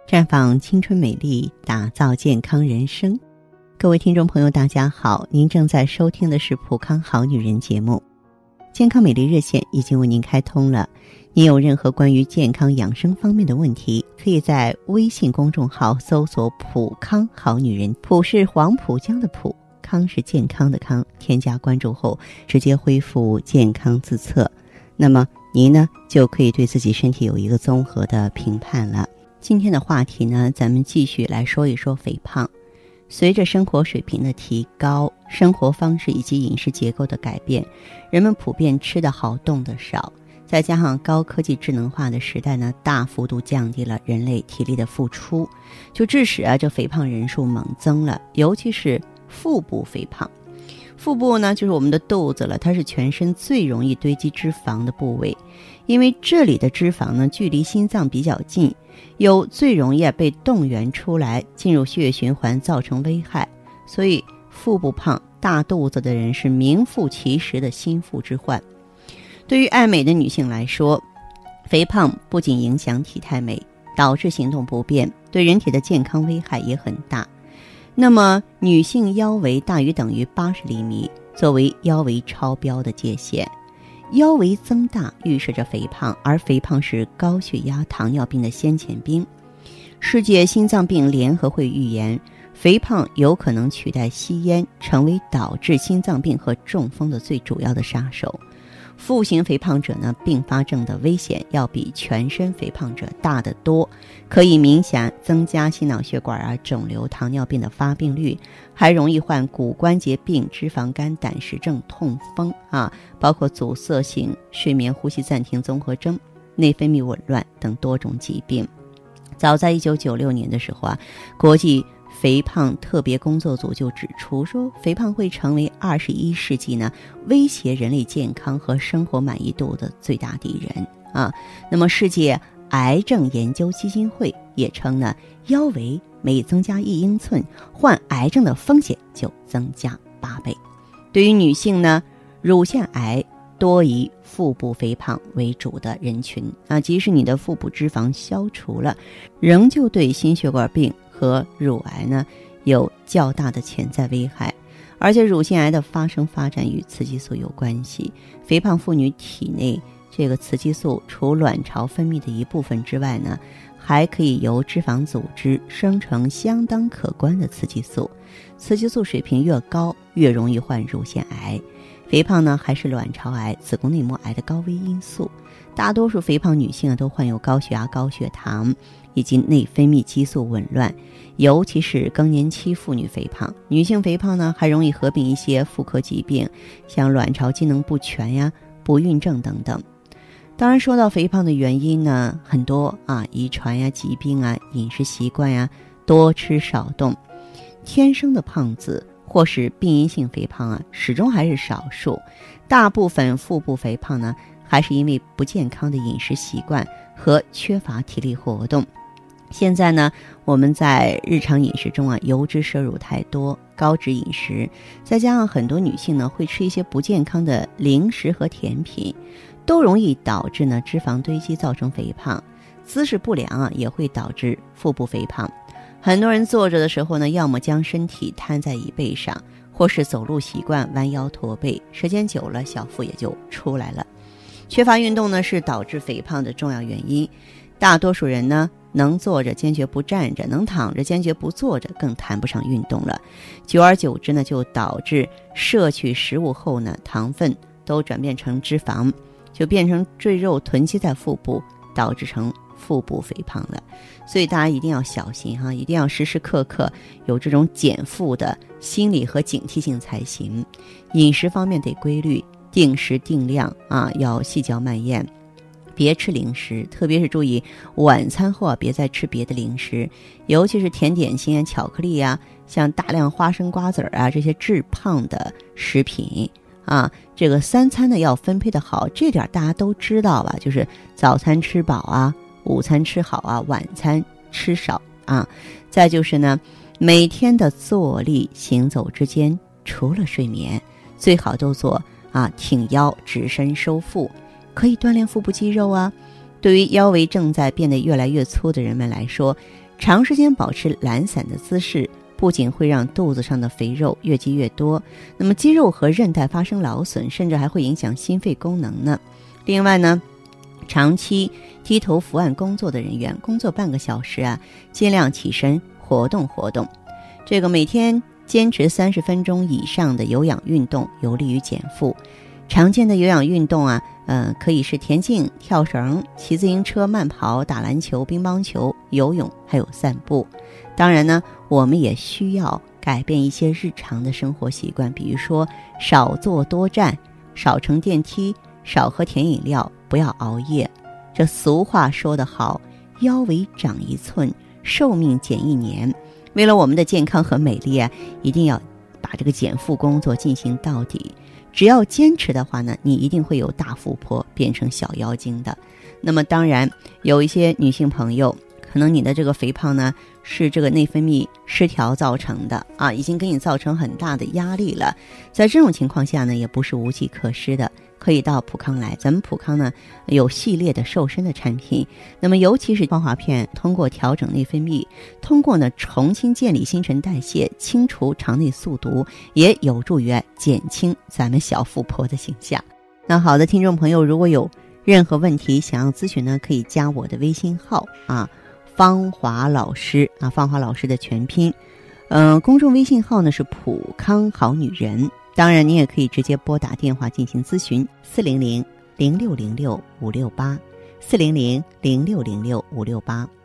绽放青春美丽，打造健康人生。各位听众朋友大家好，您正在收听的是普康好女人节目。健康美丽热线已经为您开通了，您有任何关于健康养生方面的问题，可以在微信公众号搜索普康好女人，普是黄浦江的浦，康是健康的康，添加关注后直接恢复健康自测，那么您呢就可以对自己身体有一个综合的评判了。今天的话题呢，咱们继续来说一说肥胖。随着生活水平的提高，生活方式以及饮食结构的改变，人们普遍吃得好动得少，再加上高科技智能化的时代呢，大幅度降低了人类体力的付出，就致使这肥胖人数猛增了，尤其是腹部肥胖。腹部呢，就是我们的肚子了，它是全身最容易堆积脂肪的部位，因为这里的脂肪呢，距离心脏比较近，又最容易被动员出来进入血液循环，造成危害，所以腹部胖大肚子的人是名副其实的心腹之患。对于爱美的女性来说，肥胖不仅影响体态美，导致行动不便，对人体的健康危害也很大。那么女性腰围大于等于80厘米作为腰围超标的界限，腰围增大预示着肥胖，而肥胖是高血压糖尿病的先遣兵。世界心脏病联合会预言，肥胖有可能取代吸烟，成为导致心脏病和中风的最主要的杀手。腹型肥胖者呢，并发症的危险要比全身肥胖者大得多，可以明显增加心脑血管肿瘤、糖尿病的发病率，还容易患骨关节病、脂肪肝、胆石症、痛风包括阻塞性睡眠呼吸暂停综合征、内分泌紊乱等多种疾病。早在1996年的时候国际肥胖特别工作组就指出说，肥胖会成为21世纪呢威胁人类健康和生活满意度的最大敌人那么世界癌症研究基金会也称呢，腰围每增加1英寸，患癌症的风险就增加8倍。对于女性呢，乳腺癌多以腹部肥胖为主的人群即使你的腹部脂肪消除了，仍旧对心血管病和乳癌呢有较大的潜在危害。而且乳腺癌的发展与雌激素有关系，肥胖妇女体内这个雌激素除卵巢分泌的一部分之外呢，还可以由脂肪组织生成相当可观的雌激素，雌激素水平越高，越容易患乳腺癌。肥胖呢，还是卵巢癌、子宫内膜癌的高危因素。大多数肥胖女性都患有高血压、高血糖以及内分泌激素紊乱，尤其是更年期妇女肥胖。女性肥胖呢，还容易合并一些妇科疾病，像卵巢机能不全不孕症等等。当然说到肥胖的原因呢，很多遗传疾病饮食习惯多吃少动。天生的胖子或是病因性肥胖始终还是少数，大部分腹部肥胖呢，还是因为不健康的饮食习惯和缺乏体力活动。现在呢，我们在日常饮食中油脂摄入太多，高脂饮食，再加上很多女性呢会吃一些不健康的零食和甜品，都容易导致呢脂肪堆积，造成肥胖。姿势不良也会导致腹部肥胖。很多人坐着的时候呢，要么将身体摊在椅背上，或是走路习惯弯腰驼背，时间久了小腹也就出来了。缺乏运动呢，是导致肥胖的重要原因。大多数人呢，能坐着坚决不站着，能躺着坚决不坐着，更谈不上运动了。久而久之呢，就导致摄取食物后呢，糖分都转变成脂肪，就变成赘肉囤积在腹部，导致成腹部肥胖了。所以大家一定要小心一定要时时刻刻有这种减负的心理和警惕性才行。饮食方面得规律，定时定量要细嚼慢咽，别吃零食，特别是注意晚餐后别再吃别的零食，尤其是甜点心巧克力像大量花生瓜子这些致胖的食品这个3餐呢要分配的好，这点大家都知道吧，就是早餐吃饱午餐吃好晚餐吃少再就是呢，每天的坐立行走之间，除了睡眠，最好都做挺腰直身收腹，可以锻炼腹部肌肉对于腰围正在变得越来越粗的人们来说， 长时间保持懒散的姿势，不仅会让肚子上的肥肉越积越多，那么肌肉和韧带发生劳损，甚至还会影响心肺功能呢。另外呢，长期低头伏案工作的人员，工作半个小时尽量起身活动活动。这个每天坚持30分钟以上的有氧运动，有利于减负。常见的有氧运动可以是田径、跳绳、骑自行车、慢跑、打篮球、乒乓球、游泳，还有散步。当然呢，我们也需要改变一些日常的生活习惯，比如说少坐多站，少乘电梯，少喝甜饮料，不要熬夜。这俗话说得好，腰围长1寸，寿命减1年。为了我们的健康和美丽一定要把这个减负工作进行到底。只要坚持的话呢，你一定会有大富婆变成小妖精的。那么当然，有一些女性朋友，可能你的这个肥胖呢是这个内分泌失调造成的已经给你造成很大的压力了。在这种情况下呢，也不是无计可施的，可以到普康来。咱们普康呢有系列的瘦身的产品，那么尤其是芳华片，通过调整内分泌，通过呢重新建立新陈代谢，清除肠内宿毒，也有助于减轻咱们小富婆的形象。那好的，听众朋友，如果有任何问题想要咨询呢，可以加我的微信号芳华老师芳华老师的全拼，公众微信号呢是普康好女人。当然，你也可以直接拨打电话进行咨询，400-0606-568，400-0606-568。